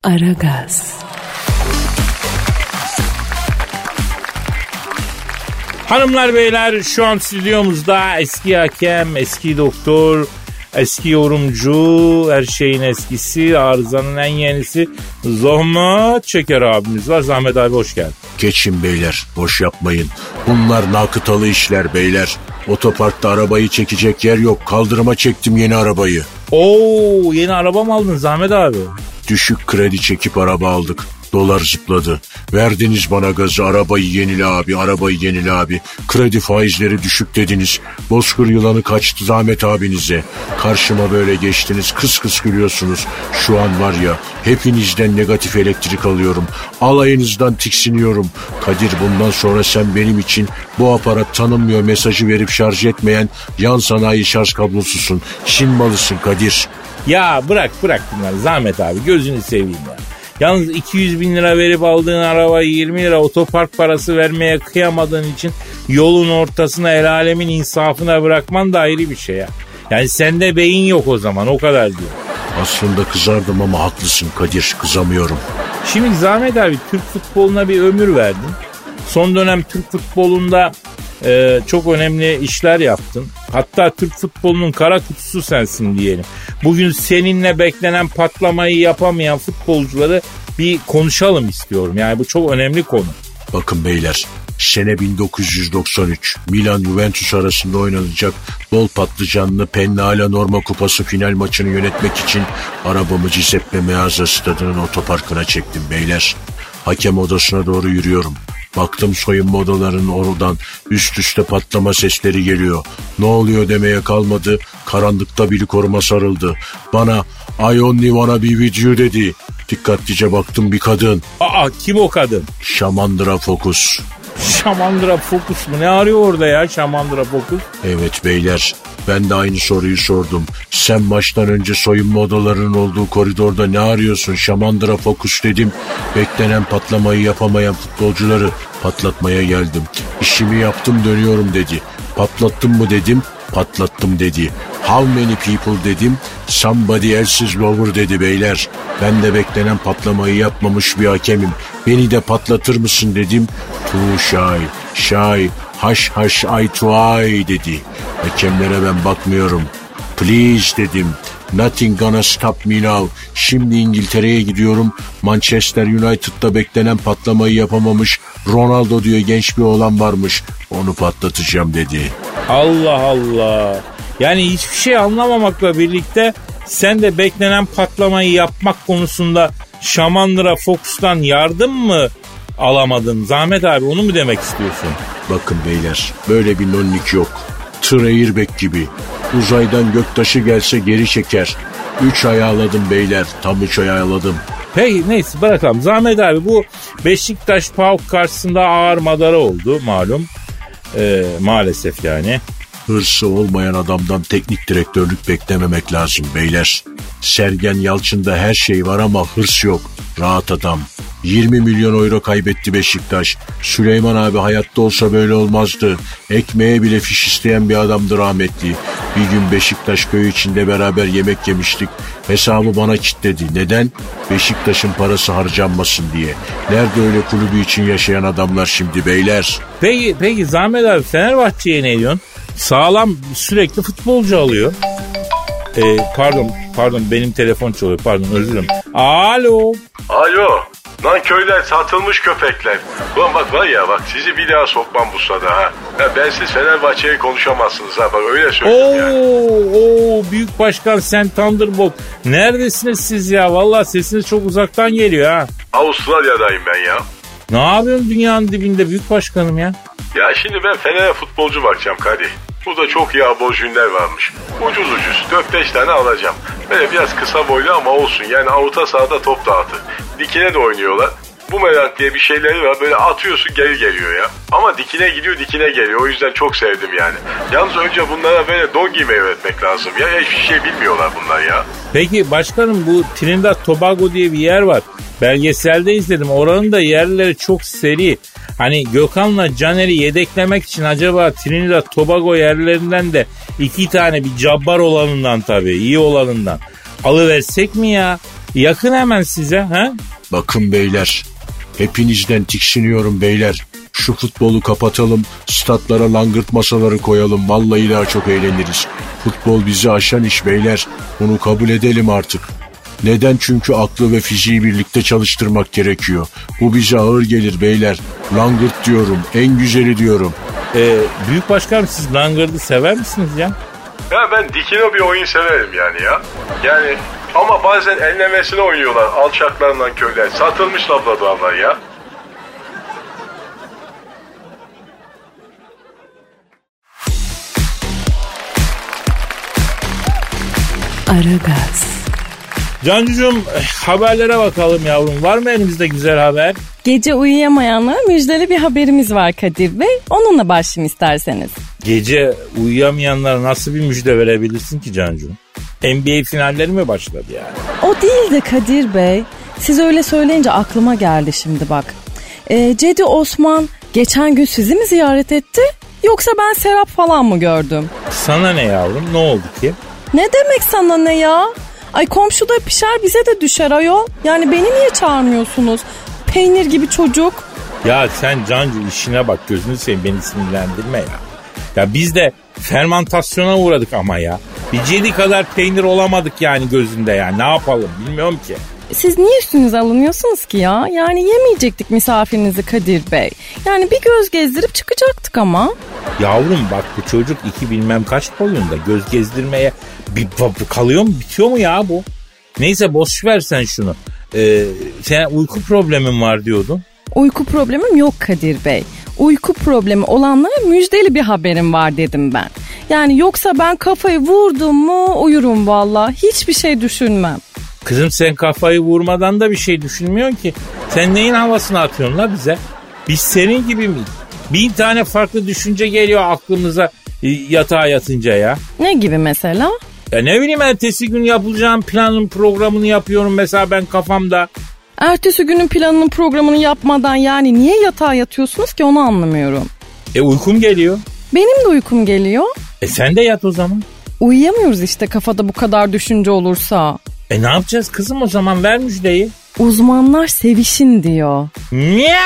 Aragaz. Hanımlar beyler, şu an stüdyomuzda eski hakem, eski doktor, eski yorumcu, her şeyin eskisi, arızanın en yenisi Zahmet Çeker abimiz var. Zahmet abi hoş geldin. Geçin beyler, boş yapmayın. Bunlar nakıtalı işler beyler. Otoparkta arabayı çekecek yer yok. Kaldırıma çektim yeni arabayı. Oo, yeni araba mı aldın Zahmet abi? Düşük kredi çekip araba aldık. Dolar zıpladı. Verdiniz bana gazı, arabayı yenile abi, arabayı yenile abi. Kredi faizleri düşük dediniz. Bozkır yılanı kaçtı Zahmet abinize. Karşıma böyle geçtiniz, kıs kıs gülüyorsunuz. Şu an var ya, hepinizden negatif elektrik alıyorum. Alayınızdan tiksiniyorum. Kadir, bundan sonra sen benim için bu aparat tanınmıyor mesajı verip şarj etmeyen yan sanayi şarj kablosusun. Çin malısın Kadir. Ya bırak bunları Zahmet abi, gözünü seveyim ya. Yalnız 200 bin lira verip aldığın arabaya 20 lira otopark parası vermeye kıyamadığın için yolun ortasına el alemin insafına bırakman da ayrı bir şey ya. Yani sende beyin yok o zaman, o kadar diyor. Aslında kızardım ama haklısın Kadir, kızamıyorum. Şimdi Zahmet abi, Türk futboluna bir ömür verdin. Son dönem Türk futbolunda çok önemli işler yaptın. Hatta Türk futbolunun kara kutusu sensin diyelim. Bugün seninle beklenen patlamayı yapamayan futbolcuları bir konuşalım istiyorum. Yani bu çok önemli konu. Bakın beyler, sene 1993 Milan-Juventus arasında oynanacak bol patlıcanlı Pennala Norma Kupası final maçını yönetmek için arabamı Giuseppe Meazza stadının otoparkına çektim beyler. Hakem odasına doğru yürüyorum. Baktım soyunma odalarının oradan üst üste patlama sesleri geliyor. Ne oluyor demeye kalmadı. Karanlıkta biri koruma sarıldı. Bana "I only wanna be with you" dedi. Dikkatlice baktım, bir kadın. Aa, kim o kadın? Şamandıra Focus. Şamandıra Focus mu? Ne arıyor orada ya Şamandıra Focus? Evet beyler, ben de aynı soruyu sordum. Sen maçtan önce soyunma odalarının olduğu koridorda ne arıyorsun Şamandıra Focus dedim. Beklenen patlamayı yapamayan futbolcuları patlatmaya geldim. İşimi yaptım, dönüyorum dedi. Patlattın mı dedim. Patlattım dedi. How many people dedim. Somebody else's lover dedi beyler. Ben de beklenen patlamayı yapmamış bir hakemim. Beni de patlatır mısın dedim. Too shy, haş I try dedi. Hakemlere ben bakmıyorum. Please dedim. Nothing gonna stop me now. Şimdi İngiltere'ye gidiyorum. Manchester United'da beklenen patlamayı yapamamış Ronaldo diyor genç bir oğlan varmış. Onu patlatacağım dedi. Allah Allah. Yani hiçbir şey anlamamakla birlikte sen de beklenen patlamayı yapmak konusunda Şamandıra Focus'tan yardım mı alamadın Zahmet abi, onu mu demek istiyorsun? Bakın beyler, böyle bir nonnik yok. Tır airbag gibi. Uzaydan göktaşı gelse geri çeker. 3 ayağladım beyler, tam 3 ayağladım. Peki neyse, bırakalım. Zahmet abi, bu Beşiktaş PAOK karşısında ağır madara oldu malum. Maalesef yani. Hırsı olmayan adamdan teknik direktörlük beklememek lazım beyler. Sergen Yalçın'da her şey var ama hırs yok. Rahat adam. 20 milyon euro kaybetti Beşiktaş. Süleyman abi hayatta olsa böyle olmazdı. Ekmeğe bile fiş isteyen bir adamdı rahmetli. Bir gün Beşiktaş köyü içinde beraber yemek yemiştik. Hesabı bana kilitledi. Neden? Beşiktaş'ın parası harcanmasın diye. Nerede öyle kulübü için yaşayan adamlar şimdi beyler? Peki Zahmet abi, Fenerbahçe'ye ne diyorsun? Sağlam sürekli futbolcu alıyor. Pardon benim telefon çalıyor, pardon, özür dilerim. Alo. Lan köyler satılmış köpekler. Ulan bak var ya, bak sizi bir daha sokmam bu sada ha. Ya bensiz Fenerbahçe'yi konuşamazsınız ha, bak öyle söyleyeyim yani. Oo büyük başkan sen Thunderbolt. Neredesiniz siz ya? Vallahi sesiniz çok uzaktan geliyor ha. Avustralya'dayım ben ya. Ne yapıyorsun dünyanın dibinde büyük başkanım ya? Ya şimdi ben Fener'e futbolcu bakacağım Kadir. Burada çok iyi abojünler varmış. Ucuz 4-5 tane alacağım. Böyle biraz kısa boylu ama olsun. Yani avuta sahada top dağıtır. Dikine de oynuyorlar. Bumerang diye bir şeyleri var. Böyle atıyorsun geri geliyor ya. Ama dikine gidiyor dikine geliyor. O yüzden çok sevdim yani. Yalnız önce bunlara böyle don giymeyi öğretmek lazım. Ya hiçbir şey bilmiyorlar bunlar ya. Peki başkanım, bu Trinidad Tobago diye bir yer var. Belgeselde izledim. Oranın da yerleri çok seri. Hani Gökhan'la Caner'i yedeklemek için acaba Trinidad Tobago yerlerinden de 2 tane bir cabbar olanından, tabii iyi olanından alıversek mi ya? Yakın hemen size. Ha? Bakın beyler, hepinizden tiksiniyorum beyler. Şu futbolu kapatalım, statlara langırt masaları koyalım. Vallahi daha çok eğleniriz. Futbol bizi aşan iş beyler. Bunu kabul edelim artık. Neden? Çünkü aklı ve fiziği birlikte çalıştırmak gerekiyor. Bu bize ağır gelir beyler. Langırt diyorum, en güzeli diyorum. Büyük başkanım, siz langırdı sever misiniz ya? Ya ben dikine bir oyun severim yani ya. Yani ama bazen enlemesine oynuyorlar alçaklarından köyler. Satılmış labradorlar ya. Aragaz. Cancucuğum, haberlere bakalım yavrum. Var mı elimizde güzel haber? Gece uyuyamayanlara müjdeli bir haberimiz var Kadir Bey. Onunla başlayayım isterseniz. Gece uyuyamayanlara nasıl bir müjde verebilirsin ki Cancu? NBA finalleri mi başladı yani? O değil de Kadir Bey. Siz öyle söyleyince aklıma geldi şimdi bak. Cedi Osman geçen gün sizi mi ziyaret etti? Yoksa ben Serap falan mı gördüm? Sana ne yavrum? Ne oldu ki? Ne demek sana ne ya? Ay komşuda pişer bize de düşer ayol. Yani beni niye çağırmıyorsunuz? Peynir gibi çocuk. Ya sen Cancu işine bak, gözünü seveyim, beni sinirlendirme ya. Ya biz de fermantasyona uğradık ama ya. Bir cedi kadar peynir olamadık yani gözünde ya. Ne yapalım bilmiyorum ki. Siz niye üstünüze alınıyorsunuz ki ya? Yani yemeyecektik misafirinizi Kadir Bey. Yani bir göz gezdirip çıkacaktık ama. Yavrum bak, bu çocuk 2 bilmem kaç boyunda, göz gezdirmeye kalıyor mu, bitiyor mu ya bu? Neyse boş ver sen şunu. Sen uyku problemin var diyordun. Uyku problemim yok Kadir Bey. Uyku problemi olanlara müjdeli bir haberim var dedim ben. Yani yoksa ben kafayı vurdum mu uyurum valla. Hiçbir şey düşünmem. Kızım sen kafayı vurmadan da bir şey düşünmüyorsun ki. Sen neyin havasını atıyorsun la bize? Biz senin gibi miyiz? 1000 tane farklı düşünce geliyor aklımıza yatağa yatınca ya. Ne gibi mesela? Ya ne bileyim, ertesi gün yapılacağım planın programını yapıyorum mesela ben kafamda. Ertesi günün planının programını yapmadan yani niye yatağa yatıyorsunuz ki, onu anlamıyorum. Uykum geliyor. Benim de uykum geliyor. Sen de yat o zaman. Uyuyamıyoruz işte kafada bu kadar düşünce olursa. Ne yapacağız kızım o zaman, ver müjdeyi. Uzmanlar sevişin diyor. Niye?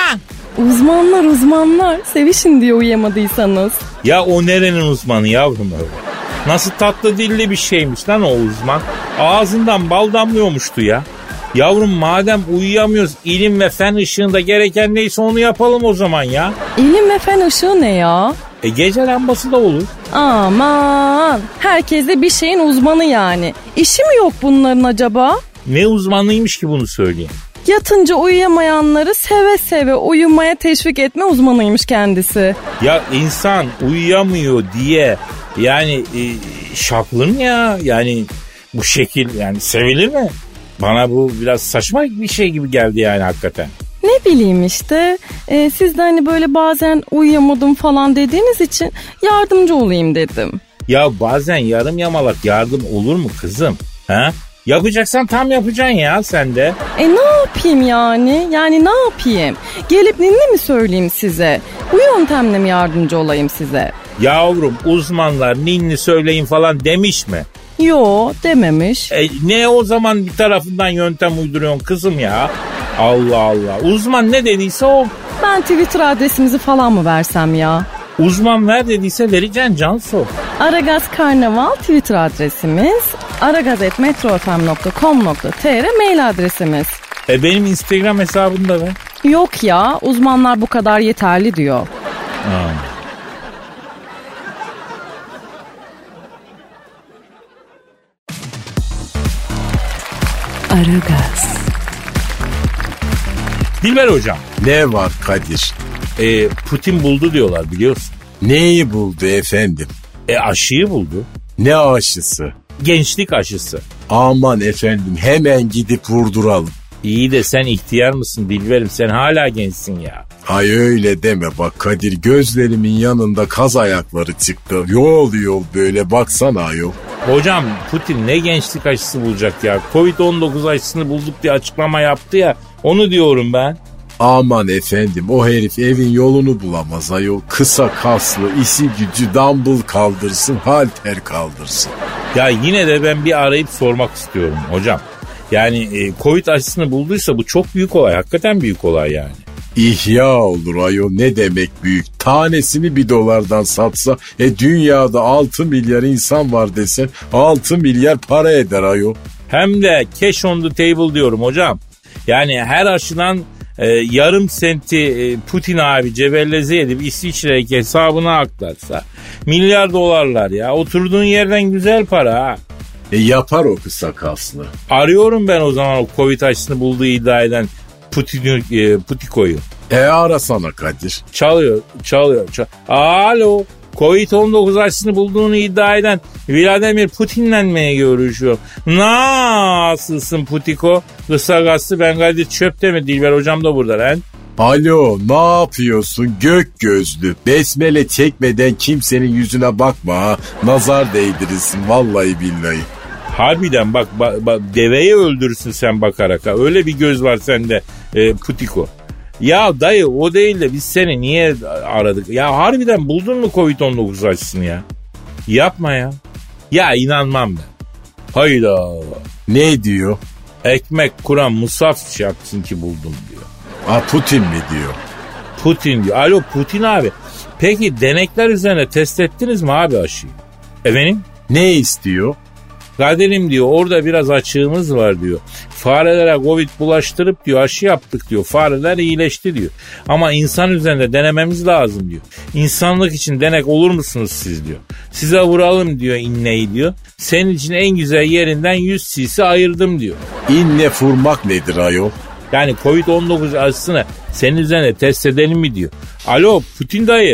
Uzmanlar sevişin diyor uyuyamadıysanız. Ya o nerenin uzmanı yavrum öyle? Nasıl tatlı dilli bir şeymiş lan o uzman. Ağzından bal damlıyormuştu ya. Yavrum madem uyuyamıyoruz, ilim ve fen ışığında gereken neyse onu yapalım o zaman ya. İlim ve fen ışığı ne ya? Gece lambası da olur. Aman, herkes de bir şeyin uzmanı yani. İşi mi yok bunların acaba? Ne uzmanıymış ki bunu söyleyeyim? Yatınca uyuyamayanları seve seve uyumaya teşvik etme uzmanıymış kendisi. Ya insan uyuyamıyor diye yani şapılır mı ya? Yani bu şekil yani sevilir mi? Bana bu biraz saçma bir şey gibi geldi yani hakikaten. Ne bileyim işte siz de hani böyle bazen uyuyamadım falan dediğiniz için yardımcı olayım dedim. Ya bazen yarım yamalak yardım olur mu kızım? Ha? Yapacaksan tam yapacaksın ya sen de. Ne yapayım yani? Yani ne yapayım? Gelip ninni mi söyleyeyim size? Bu yöntemle mi yardımcı olayım size? Yavrum uzmanlar ninni söyleyin falan demiş mi? Yo dememiş. Ne o zaman bir tarafından yöntem uyduruyorsun kızım ya? Allah Allah. Uzman ne dediyse o. Ben Twitter adresimizi falan mı versem ya? Uzman ver dediyse vereceksin Cansu. Aragaz Karnaval Twitter adresimiz. aragaz@metrofm.com.tr mail adresimiz. Benim Instagram hesabımı da ver. Yok ya, uzmanlar bu kadar yeterli diyor. Aragaz. Dilber hocam. Ne var Kadir? Putin buldu diyorlar, biliyorsun. Neyi buldu efendim? Aşıyı buldu. Ne aşısı? Gençlik aşısı. Aman efendim, hemen gidip vurduralım. İyi de sen ihtiyar mısın Dilberim? Sen hala gençsin ya. Ay öyle deme bak Kadir, gözlerimin yanında kaz ayakları çıktı. Yol böyle baksana ayol. Hocam Putin ne gençlik aşısı bulacak ya? Covid-19 aşısını bulduk diye açıklama yaptı ya. Onu diyorum ben. Aman efendim, o herif evin yolunu bulamaz ayol. Kısa kaslı, işi gücü dumbbell kaldırsın, halter kaldırsın. Ya yine de ben bir arayıp sormak istiyorum hocam. Yani Covid aşısını bulduysa bu çok büyük olay. Hakikaten büyük olay yani. İhya olur ayol, ne demek büyük. Tanesini $1 satsa dünyada 6 milyar insan var desen 6 milyar para eder ayol. Hem de cash on the table diyorum hocam. Yani her aşıdan yarım senti Putin abi cebelleze edip İsviçre'deki hesabına aktarsa milyar dolarlar ya. Oturduğun yerden güzel para ha. Yapar o kısa kaslı. Arıyorum ben o zaman o Covid aşısını bulduğu iddia eden Putiko'yu. Arasana Kadir. Çalıyor. Alo. Covid-19 aşısını bulduğunu iddia eden Vladimir Putin'le mi görüşüyor? Nasılsın Putiko? Kısa gazlı ben Kadir Çöp'te mi? Dilber hocam da burada lan. Alo, ne yapıyorsun gök gözlü? Besmele çekmeden kimsenin yüzüne bakma ha. Nazar değdirirsin vallahi billahi. Harbiden bak deveyi öldürürsün sen bakarak ha. Öyle bir göz var sende Putiko. Ya dayı o değil de biz seni niye aradık? Ya harbiden buldun mu Covid-19 aşısını ya? Yapma ya. Ya inanmam ben. Hayda. Ne diyor? Ekmek kuran musaf yapsın ki buldum diyor. Putin mi diyor? Putin diyor. Alo Putin abi. Peki denekler üzerine test ettiniz mi abi aşıyı? Efendim? Ne istiyor? Kaderim diyor orada biraz açığımız var diyor. Farelere Covid bulaştırıp diyor aşı yaptık diyor. Fareler iyileşti diyor. Ama insan üzerinde denememiz lazım diyor. İnsanlık için denek olur musunuz siz diyor. Size vuralım diyor inneyi diyor. Senin için en güzel yerinden 100 cc ayırdım diyor. İnne vurmak nedir ayol? Yani Covid-19 aşısını senin üzerine test edelim mi diyor. Alo Putin dayı.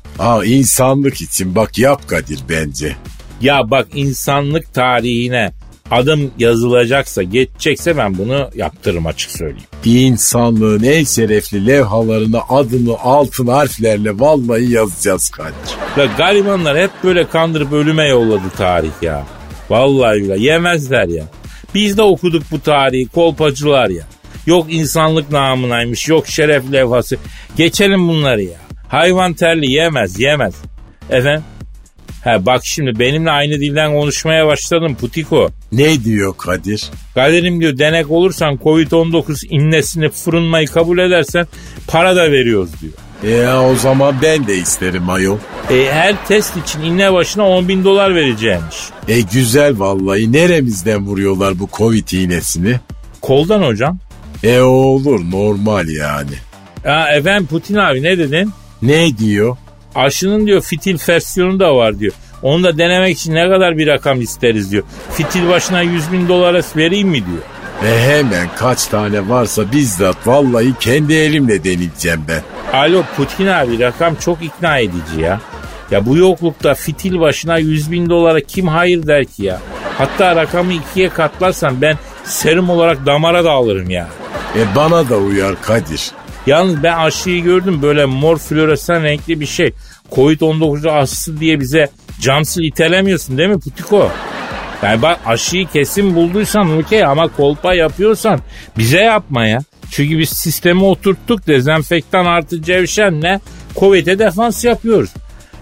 İnsanlık için bak yap Kadir bence. Ya bak insanlık tarihine adım yazılacaksa geçecekse ben bunu yaptırırım açık söyleyeyim. İnsanlığın en şerefli levhalarına adını altın harflerle vallahi yazacağız Kadir. Ve garibanlar hep böyle kandırıp ölüme yolladı tarih ya. Vallahi bile yemezler ya. Biz de okuduk bu tarihi kolpacılar ya. Yok insanlık namınaymış yok şeref levhası. Geçelim bunları ya. Hayvan terli yemez. Efendim? Bak şimdi benimle aynı dilden konuşmaya başladın Putiko. Ne diyor Kadir? Kadir'im diyor denek olursan Covid-19 innesini fırınmayı kabul edersen para da veriyoruz diyor. O zaman ben de isterim ayol. Her test için inne başına $10.000 vereceğimiş. Güzel vallahi, neremizden vuruyorlar bu Covid iğnesini? Koldan hocam. Olur normal yani. Efendim Putin abi ne dedin? Ne diyor? Aşının diyor fitil versiyonu da var diyor. Onu da denemek için ne kadar bir rakam isteriz diyor. Fitil başına $100.000 vereyim mi diyor. Hemen kaç tane varsa bizzat vallahi kendi elimle deneyeceğim ben. Alo Putin abi rakam çok ikna edici ya. Ya bu yoklukta fitil başına $100.000 kim hayır der ki ya. Hatta rakamı 2'ye katlarsan ben serum olarak damara da alırım ya. Bana da uyar Kadir. Yalnız ben aşıyı gördüm böyle mor floresan renkli bir şey. Covid-19 aşısı diye bize camsil itelemiyorsun değil mi Putiko? Yani bak aşıyı kesin bulduysan okey ama kolpa yapıyorsan bize yapma ya. Çünkü biz sistemi oturttuk dezenfektan artı cevşenle Covid'e defans yapıyoruz.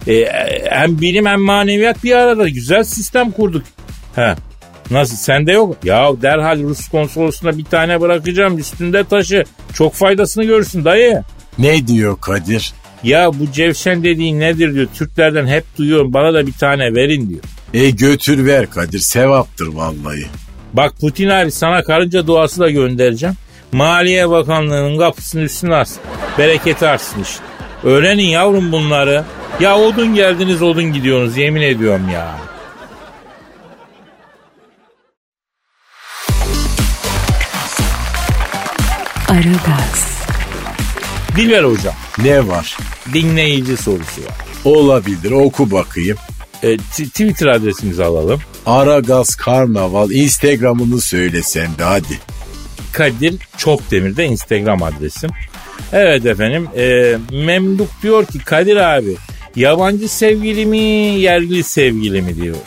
Hem bilim hem maneviyat bir arada güzel sistem kurduk. Nasıl sende yok? Ya derhal Rus konsolosluğuna bir tane bırakacağım üstünde taşı. Çok faydasını görürsün dayı. Ne diyor Kadir? Ya bu cevşen dediğin nedir diyor. Türklerden hep duyuyorum bana da bir tane verin diyor. Götür ver Kadir sevaptır vallahi. Bak Putin abi sana karınca duası da göndereceğim. Maliye Bakanlığı'nın kapısının üstüne arsın. Bereket arsın işte. Öğrenin yavrum bunları. Ya odun geldiniz odun gidiyorsunuz yemin ediyorum ya. Aragaz. Dilber hocam. Ne var? Dinleyici sorusu var. Olabilir oku bakayım. Twitter adresimizi alalım. Aragaz Karnaval Instagram'ını söylesen de hadi. Kadir Çopdemir'de Instagram adresim. Evet efendim Memduk diyor ki Kadir abi yabancı sevgili mi yerli sevgili mi diyor.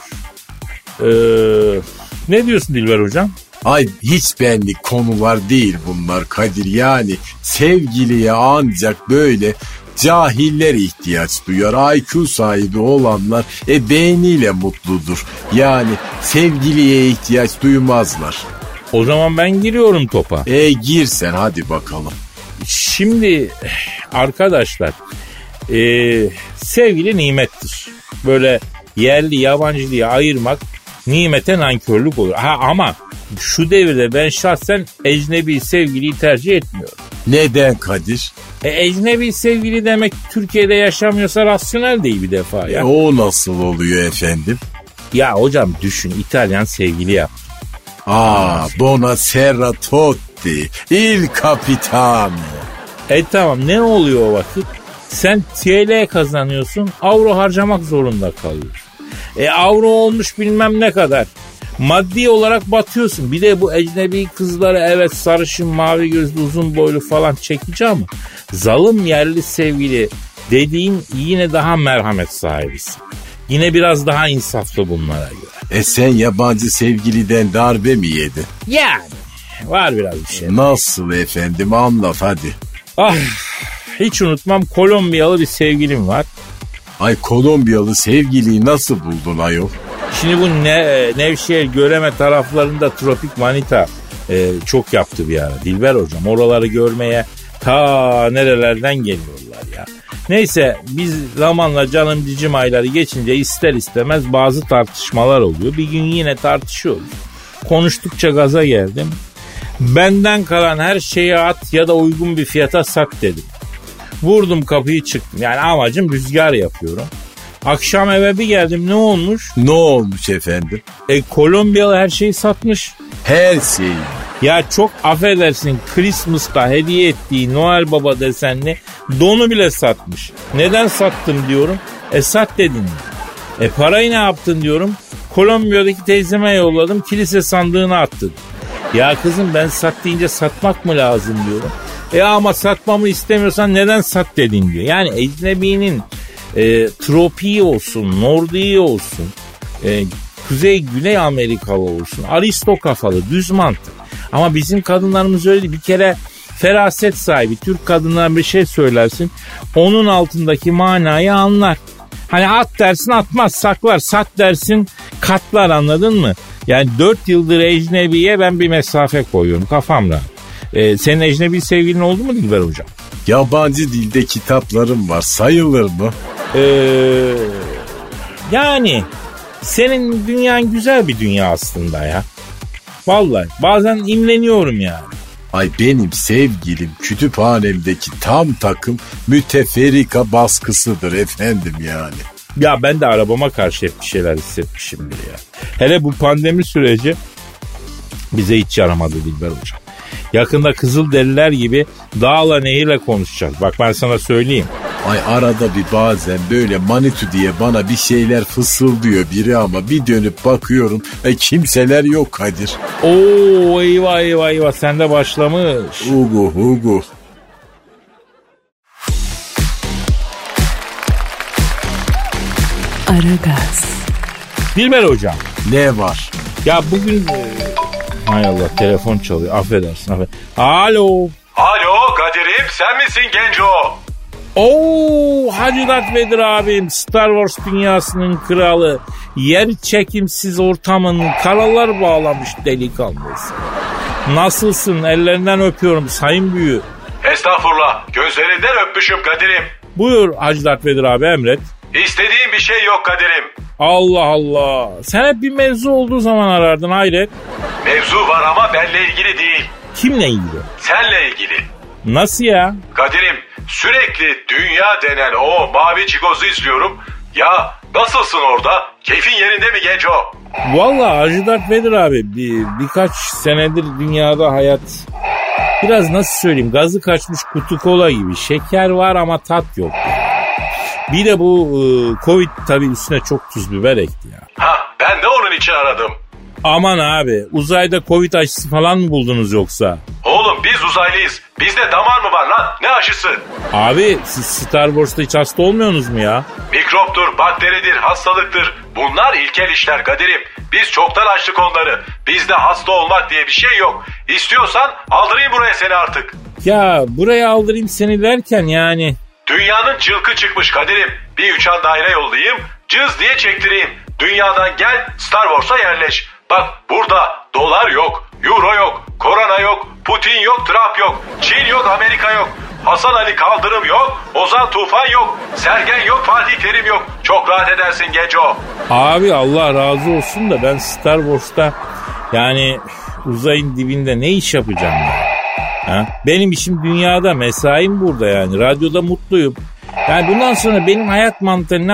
Ne diyorsun Dilber hocam? Ay hiç benlik konular değil bunlar Kadir, yani sevgiliye ancak böyle cahiller ihtiyaç duyar. IQ sahibi olanlar beyniyle mutludur. Yani sevgiliye ihtiyaç duymazlar. O zaman ben giriyorum topa. Gir sen hadi bakalım. Şimdi arkadaşlar sevgili nimettir. Böyle yerli yabancı diye ayırmak nimete nankörlük olur. Ama şu devirde ben şahsen ecnebi sevgiliyi tercih etmiyorum. Neden Kadir? Ecnebi sevgili demek Türkiye'de yaşamıyorsa rasyonel değil bir defa ya. O nasıl oluyor efendim? Ya hocam düşün, İtalyan sevgili yap. Buonasera tutti, il capitano. Tamam, ne oluyor o vakit? Sen TL kazanıyorsun, avro harcamak zorunda kalıyorsun. Avro olmuş bilmem ne kadar. Maddi olarak batıyorsun. Bir de bu ecnebi kızları evet sarışın, mavi gözlü, uzun boylu falan çekici ama zalim yerli sevgili dediğin yine daha merhamet sahibisin. Yine biraz daha insaflı bunlara göre. Sen yabancı sevgiliden darbe mi yedin? Yani var biraz bir şey. Nasıl efendim, anlat hadi. Hiç unutmam, Kolombiyalı bir sevgilim var. Ay, Kolombiyalı sevgiliyi nasıl buldun ayol? Şimdi bu Nevşehir, Göreme taraflarında tropik manita çok yaptı bir ara. Dilber hocam, oraları görmeye ta nerelerden geliyorlar ya. Neyse, biz zamanla canım cicim ayları geçince ister istemez bazı tartışmalar oluyor. Bir gün yine tartışıyoruz. Konuştukça gaza geldim. Benden kalan her şeyi at ya da uygun bir fiyata sat dedim. Vurdum kapıyı çıktım. Yani amacım rüzgar yapıyorum. Akşam eve bir geldim, ne olmuş? Ne olmuş efendim? Kolombiyalı her şeyi satmış. Her şeyi. Ya çok affedersin, Christmas'ta hediye ettiği Noel Baba desenli donu bile satmış. Neden sattım diyorum. Sat dedin. Parayı ne yaptın diyorum. Kolombiya'daki teyzeme yolladım, kilise sandığına attı. Ya kızım, ben sat deyince satmak mı lazım diyorum. Ama satmamı istemiyorsan neden sat dedin diyor. Yani ecnebinin tropiği olsun, nordiği olsun, Kuzey Güney Amerikalı olsun, aristo kafalı, düz mantık. Ama bizim kadınlarımız öyle değil. Bir kere feraset sahibi Türk kadınlarına bir şey söylersin, onun altındaki manayı anlar. Hani at dersin atmaz, saklar, sat dersin katlar, anladın mı? Yani 4 yıldır ecnebiye ben bir mesafe koyuyorum, kafam rahat. Senin ecnebi sevgilin oldu mu Dilber hocam? Yabancı dilde kitaplarım var, sayılır mı? Yani senin dünyan güzel bir dünya aslında ya. Vallahi bazen imreniyorum yani. Ay, benim sevgilim kütüphanemdeki tam takım müteferrika baskısıdır efendim yani. Ya ben de arabama karşı hep bir şeyler hissetmişimdir ya. Hele bu pandemi süreci bize hiç yaramadı Dilber hocam. Yakında Kızılderililer gibi dağla nehirle konuşacağız. Bak ben sana söyleyeyim. Ay, arada bir bazen böyle Manitu diye bana bir şeyler fısıldıyor biri ama bir dönüp bakıyorum kimseler yok Kadir. Oo, eyvah eyvah eyvah, sende başlamış. Hugo. Aragaz. Dilber hocam. Ne var? Ya bugün... Hay Allah, telefon çalıyor. Affedersin. Alo. Alo Kadir'im, sen misin genco? Hacı Dert Vedir abim, Star Wars dünyasının kralı, yer çekimsiz ortamın karalar bağlamış delikanlısı. Nasılsın? Ellerinden öpüyorum sayın büyü. Estağfurullah, gözlerinden öpmüşüm Kadir'im. Buyur Hacı Dert Vedir abi, emret. İstediğim bir şey yok Kadir'im. Allah Allah. Sen hep bir mevzu olduğu zaman arardın, hayret. Mevzu var ama benle ilgili değil. Kimle ilgili? Senle ilgili. Nasıl ya? Kadir'im, sürekli dünya denen o mavi çikozu izliyorum. Ya nasılsın orada? Keyfin yerinde mi genco? Vallahi Hacı Dert Vedir abi, birkaç senedir dünyada hayat biraz, nasıl söyleyeyim, gazı kaçmış kutu kola gibi. Şeker var ama tat yok. Bir de bu Covid tabii üstüne çok tuz biber ekti ya. Ben de onun için aradım. Aman abi, uzayda Covid aşısı falan mı buldunuz yoksa? Oğlum biz uzaylıyız. Bizde damar mı var lan? Ne aşısı? Abi siz Star Wars'ta hiç hasta olmuyorsunuz mu ya? Mikroptur, bakteridir, hastalıktır. Bunlar ilkel işler Kadir'im. Biz çoktan açtık onları. Bizde hasta olmak diye bir şey yok. İstiyorsan aldırayım buraya seni artık. Ya buraya aldırayım seni derken yani... Dünyanın cılkı çıkmış Kadir'im. Bir uçan daire yollayayım, cız diye çektireyim. Dünyadan gel, Star Wars'a yerleş. Bak burada dolar yok, Euro yok, korona yok, Putin yok, Trump yok, Çin yok, Amerika yok. Hasan Ali Kaldırım yok, Ozan Tufan yok, Sergen yok, Fatih Terim yok. Çok rahat edersin Genco. Abi Allah razı olsun da ben Star Wars'ta yani uzayın dibinde ne iş yapacağım ya? Ha? Benim işim dünyada, mesaim burada yani. Radyoda mutluyum. Yani bundan sonra benim hayat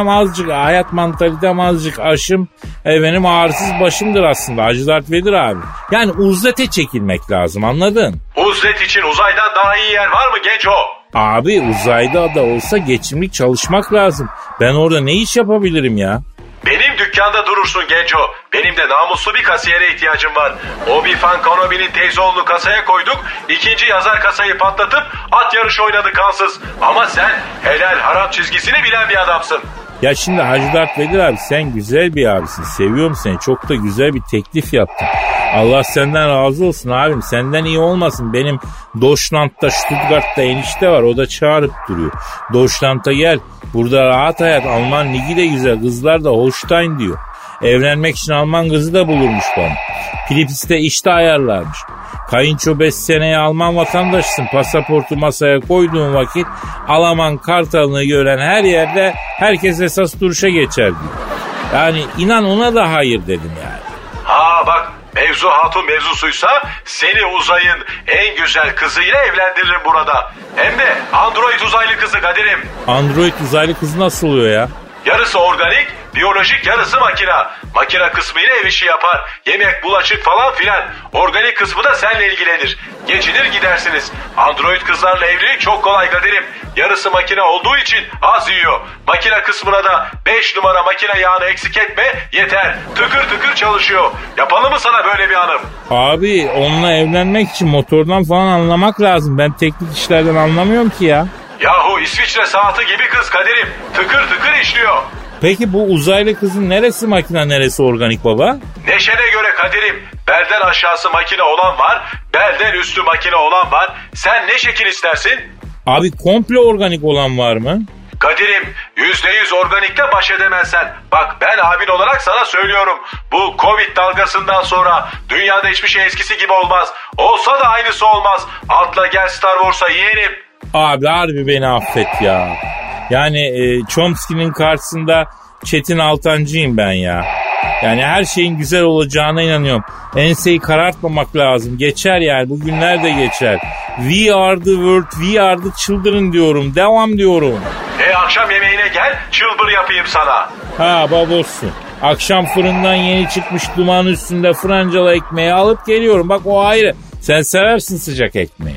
mantalitem azıcık aşım, benim ağırsız başımdır aslında. Hacı Dert Vedir abi. Yani uzlete çekilmek lazım, anladın? Uzlet için uzaydan daha iyi yer var mı Genco? Abi uzayda da olsa geçimlik çalışmak lazım. Ben orada ne iş yapabilirim ya? Benim dükkanda durursun Genco. Benim de namuslu bir kasiyere ihtiyacım var. Obi-Wan Kenobi'nin teyze oğlunu kasaya koyduk. İkinci yazar kasayı patlatıp at yarışı oynadı kansız. Ama sen helal haram çizgisini bilen bir adamsın. Ya şimdi Hacı Dert Vedir abi, sen güzel bir abisin. Seviyorum seni. Çok da güzel bir teklif yaptın. Allah senden razı olsun abim. Senden iyi olmasın. Benim Deutschland'da, Stuttgart'ta enişte var. O da çağırıp duruyor. Deutschland'a gel. Burada rahat hayat. Alman ligi de güzel. Kızlar da Holstein diyor. Evlenmek için Alman kızı da bulurmuş bana. Filips'te işte ayarlarmış. Kayınço 5 seneye Alman vatandaşısın. Pasaportu masaya koyduğun vakit Alman kartalını gören her yerde herkes esas duruşa geçer diyor. Yani inan ona da hayır dedim yani. Ha bak, mevzu hatun mevzusuysa seni uzayın en güzel kızıyla evlendiririm burada. Hem de android uzaylı kızı Kadir'im. Android uzaylı kız nasıl oluyor ya? Yarısı organik, biyolojik, yarısı makina. Makina kısmıyla ev işi yapar. Yemek, bulaşık falan filan. Organik kısmı da seninle ilgilenir. Geçinir gidersiniz. Android kızlarla evlilik çok kolay Kadir'im. Yarısı makine olduğu için az yiyor. Makine kısmına da 5 numara makine yağını eksik etme yeter. Tıkır tıkır çalışıyor. Yapalım mı sana böyle bir hanım? Abi onunla evlenmek için motordan falan anlamak lazım. Ben teknik işlerden anlamıyorum ki ya. Yahu İsviçre saati gibi kız Kadir'im. Tıkır tıkır işliyor. Peki bu uzaylı kızın neresi makine, neresi organik baba? Neşene göre Kadir'im. Belden aşağısı makine olan var. Belden üstü makine olan var. Sen ne şekil istersin? Abi komple organik olan var mı? Kadir'im %100 organikte baş edemezsen. Bak ben abin olarak sana söylüyorum. Bu Covid dalgasından sonra dünyada hiçbir şey eskisi gibi olmaz. Olsa da aynısı olmaz. Atla gel Star Wars'a yeğenim. Abi harbi beni affet ya. Yani Chomsky'nin karşısında Çetin Altancı'yım ben ya. Yani her şeyin güzel olacağına inanıyorum. Enseyi karartmamak lazım. Geçer yani, bu günler de geçer. We are the world, we are the children diyorum. Devam diyorum. Akşam yemeğine gel, çılbır yapayım sana. Ha babossun. Akşam fırından yeni çıkmış duman üstünde francalı ekmeği alıp geliyorum. Bak o ayrı. Sen seversin sıcak ekmeği.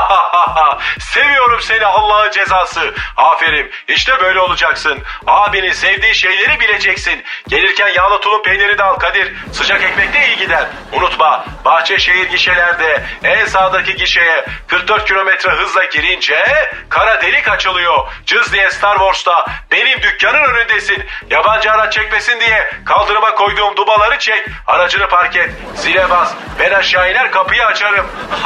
Seviyorum seni Allah'ın cezası. Aferin, işte böyle olacaksın. Abinin sevdiği şeyleri bileceksin. Gelirken yağlı tulum peyniri de al Kadir. Sıcak ekmek de iyi gider. Unutma, Bahçeşehir gişelerde en sağdaki gişeye 44 kilometre hızla girince kara delik açılıyor. Cız diye Star Wars'ta benim dükkanın önündesin. Yabancı araç çekmesin diye kaldırıma koyduğum dubaları çek. Aracını park et. Zile bas. Ben aşağı iner kapıyı açarım.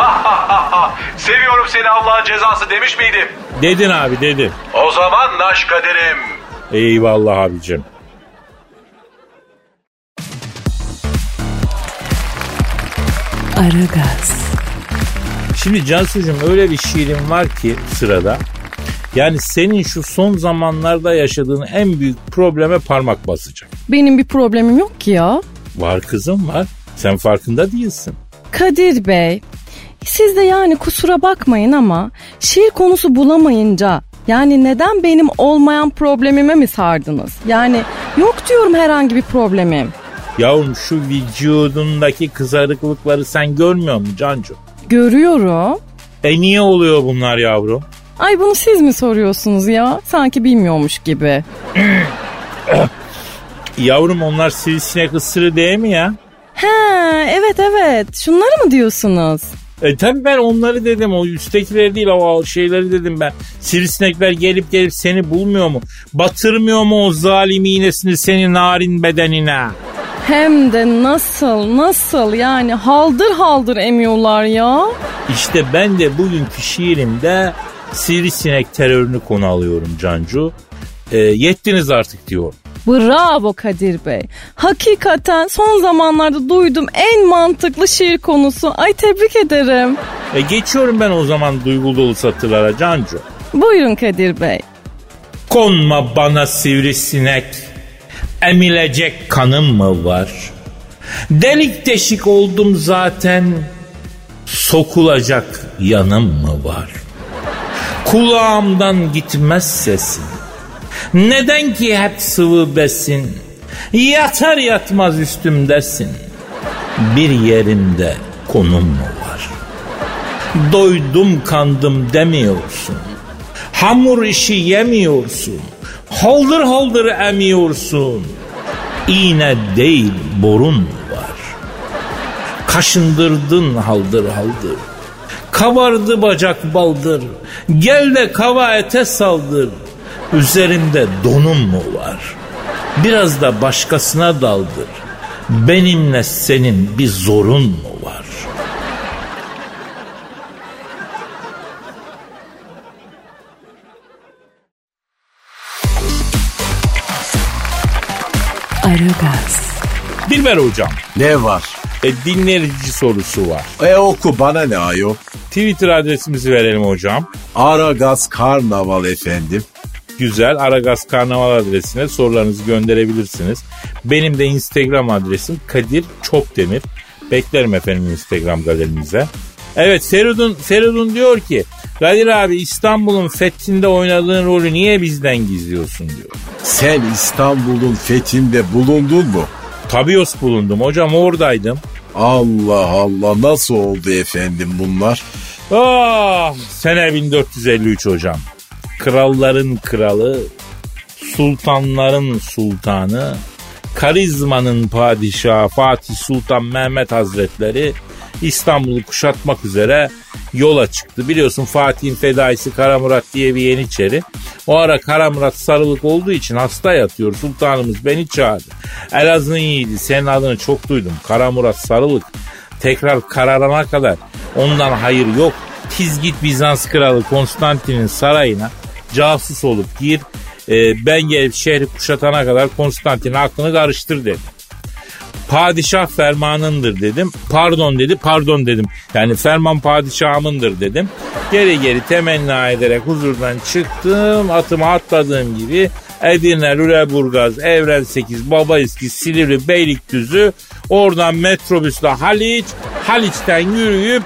Seviyorum seni Allah'ın cezası demiş miydim? Dedin abi, dedin. O zaman naş Kadir'im. Eyvallah abicim. Aragaz. Şimdi Cansu'cum öyle bir şiirim var ki sırada. Yani senin şu son zamanlarda yaşadığın en büyük probleme parmak basacak. Benim bir problemim yok ki ya. Var kızım, var. Sen farkında değilsin. Kadir Bey, siz de yani kusura bakmayın ama şiir konusu bulamayınca yani neden benim olmayan problemime mi sardınız? Yani yok diyorum herhangi bir problemim. Yavrum şu vücudundaki kızarıklıkları sen görmüyor musun Cancu? Görüyorum. Niye oluyor bunlar yavrum? Ay bunu siz mi soruyorsunuz ya? Sanki bilmiyormuş gibi. Yavrum onlar sivrisinek ısırı değil mi ya? He evet şunları mı diyorsunuz? Tabii ben onları dedim, o üsttekileri değil, o şeyleri dedim ben. Sivrisinekler gelip seni bulmuyor mu? Batırmıyor mu o zalim iğnesini senin narin bedenine? Hem de nasıl yani haldır emiyorlar ya. İşte ben de bugünkü şiirimde sivrisinek terörünü konu alıyorum Cancu. Yettiniz artık diyorum. Bravo Kadir Bey. Hakikaten son zamanlarda duyduğum en mantıklı şiir konusu. Ay tebrik ederim. Geçiyorum ben o zaman duygu dolu satırlara Cancu. Buyurun Kadir Bey. Konma bana sivrisinek, emilecek kanım mı var? Delik deşik oldum zaten, sokulacak yanım mı var? Kulağımdan gitmez sesin, neden ki hep sıvı besin? Yatar yatmaz üstümdesin, bir yerimde konum mu var? Doydum kandım demiyorsun, hamur işi yemiyorsun, haldır haldır emiyorsun. İğne değil borun mu var? Kaşındırdın haldır haldır, kabardı bacak baldır, gel de kava ete saldır. Üzerimde donum mu var? Biraz da başkasına daldır, benimle senin bir zorun mu var? Aragaz. Dilber hocam. Ne var? Dinleyici sorusu var. Oku bana ne ayol? Twitter adresimizi verelim hocam. Aragaz Karnaval efendim. Güzel. Aragaz Karnaval adresine sorularınızı gönderebilirsiniz. Benim de Instagram adresim Kadir Çopdemir. Beklerim efendim Instagram galerimize. Evet, Feridun diyor ki Kadir abi, İstanbul'un fethinde oynadığın rolü niye bizden gizliyorsun diyor. Sen İstanbul'un fethinde bulundun mu? Tabii bulundum hocam, oradaydım. Allah Allah, nasıl oldu efendim bunlar? Sene 1453 hocam. Kralların kralı, sultanların sultanı, karizmanın padişahı Fatih Sultan Mehmet Hazretleri İstanbul'u kuşatmak üzere yola çıktı. Biliyorsun Fatih'in fedaisi Karamurat diye bir yeniçeri. O ara Karamurat sarılık olduğu için hasta yatıyor. Sultanımız beni çağırdı. Elazığ'ın yiğidi, senin adını çok duydum. Karamurat sarılık. Tekrar kararana kadar ondan hayır yok. Tiz git Bizans kralı Konstantin'in sarayına casus olup gir. Ben gelip şehri kuşatana kadar Konstantin'in aklını karıştır dedi. Padişah fermanındır dedim. Pardon dedi, pardon dedim. Yani ferman padişahımındır dedim. Geri temenni ederek huzurdan çıktım. Atıma atladığım gibi Edirne, Lüleburgaz, Evren 8, Babaeski, Silivri, Beylikdüzü, oradan metrobüsle Haliç'ten yürüyüp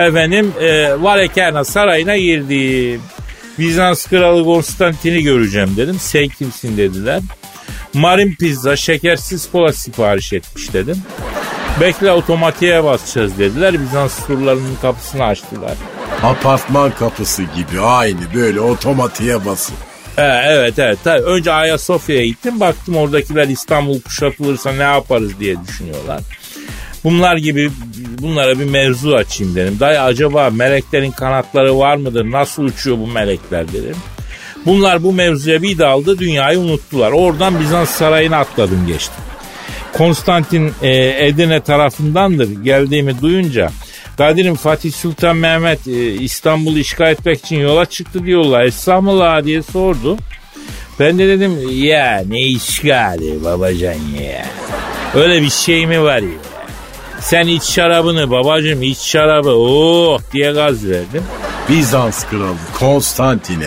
Valekerna Sarayı'na girdim. Bizans kralı Konstantin'i göreceğim dedim. Sen kimsin dediler. Marin pizza, şekersiz kola sipariş etmiş dedim. Bekle, otomatiğe basacağız dediler. Bizans surlarının kapısını açtılar. Apartman kapısı gibi, aynı böyle otomatiğe basın. Evet. Tabii. Önce Ayasofya'ya gittim. Baktım oradakiler İstanbul kuşatılırsa ne yaparız diye düşünüyorlar. Bunlara bir mevzu açayım dedim. Dayı, acaba meleklerin kanatları var mıdır? Nasıl uçuyor bu melekler dedim. Bunlar bu mevzuya bir daldı, dünyayı unuttular. Oradan Bizans sarayına atladım geçtim. Konstantin Edirne tarafındandır geldiğimi duyunca Kadir'im, Fatih Sultan Mehmet İstanbul'u işgal etmek için yola çıktı diyorlar. Estağfurullah diye sordu. Ben de dedim ya ne işgali babacan ya. Öyle bir şey mi var ya? Sen iç şarabını babacığım, iç şarabı diye gaz verdim. Bizans kralı Konstantin'e.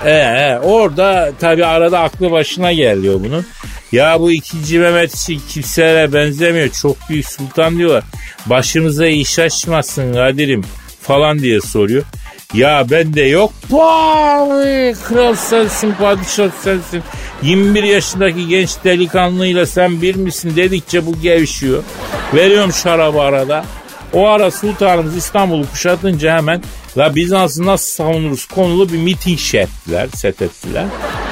Orada tabii arada aklı başına geliyor bunun. Ya bu 2. Mehmet için kimselere benzemiyor. Çok büyük sultan diyorlar. Başımıza iş açmasın Kadir'im falan diye soruyor. Ya ben de yok. Kral sensin, padişah sensin. 21 yaşındaki genç delikanlıyla sen bir misin dedikçe bu gevşiyor. Veriyorum şarabı arada. O ara sultanımız İstanbul'u kuşatınca hemen Bizans'ı nasıl savunuruz konulu bir miting set ettiler.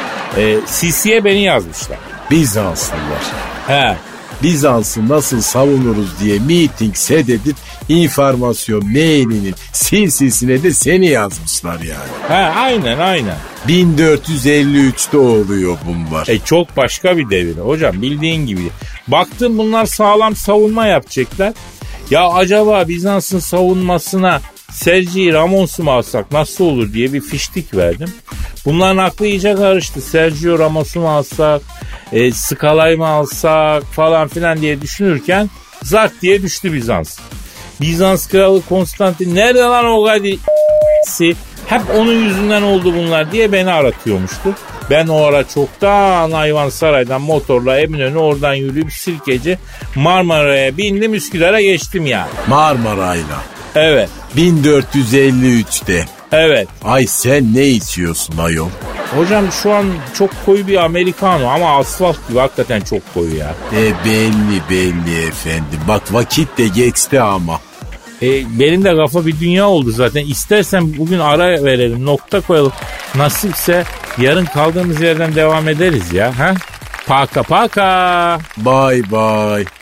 CC'ye beni yazmışlar. Bizanslılar. Bizans'ı nasıl savunuruz diye miting set edip informasyon mailinin CC'sine de seni yazmışlar yani. Aynen. 1453'te oluyor bunlar. Çok başka bir devir hocam, bildiğin gibi. Baktım bunlar sağlam savunma yapacaklar. Ya acaba Bizans'ın savunmasına Sergio Ramos'u mu alsak nasıl olur diye bir fiştik verdim. Bunların aklı iyice karıştı. Sergio Ramos'u mu alsak, skalayı mı alsak falan filan diye düşünürken zart diye düştü Bizans. Bizans kralı Konstantin nerede lan o gadisi? Hep onun yüzünden oldu bunlar diye beni aratıyormuştu. Ben o ara çoktan Ayvansaray'dan motorla Eminönü, oradan yürüyüp Sirkeci Marmara'ya bindim, Üsküdar'a geçtim yani. Marmara'yla. Evet. 1453'te. Evet. Ay sen ne içiyorsun ayol? Hocam şu an çok koyu bir Americano ama asfalt gibi, hakikaten çok koyu ya. Belli efendim. Bak vakit de geçti ama. Benim de kafa bir dünya oldu zaten. İstersen bugün ara verelim, nokta koyalım. Nasipse yarın kaldığımız yerden devam ederiz ya. Ha? Paka paka. Bye bye.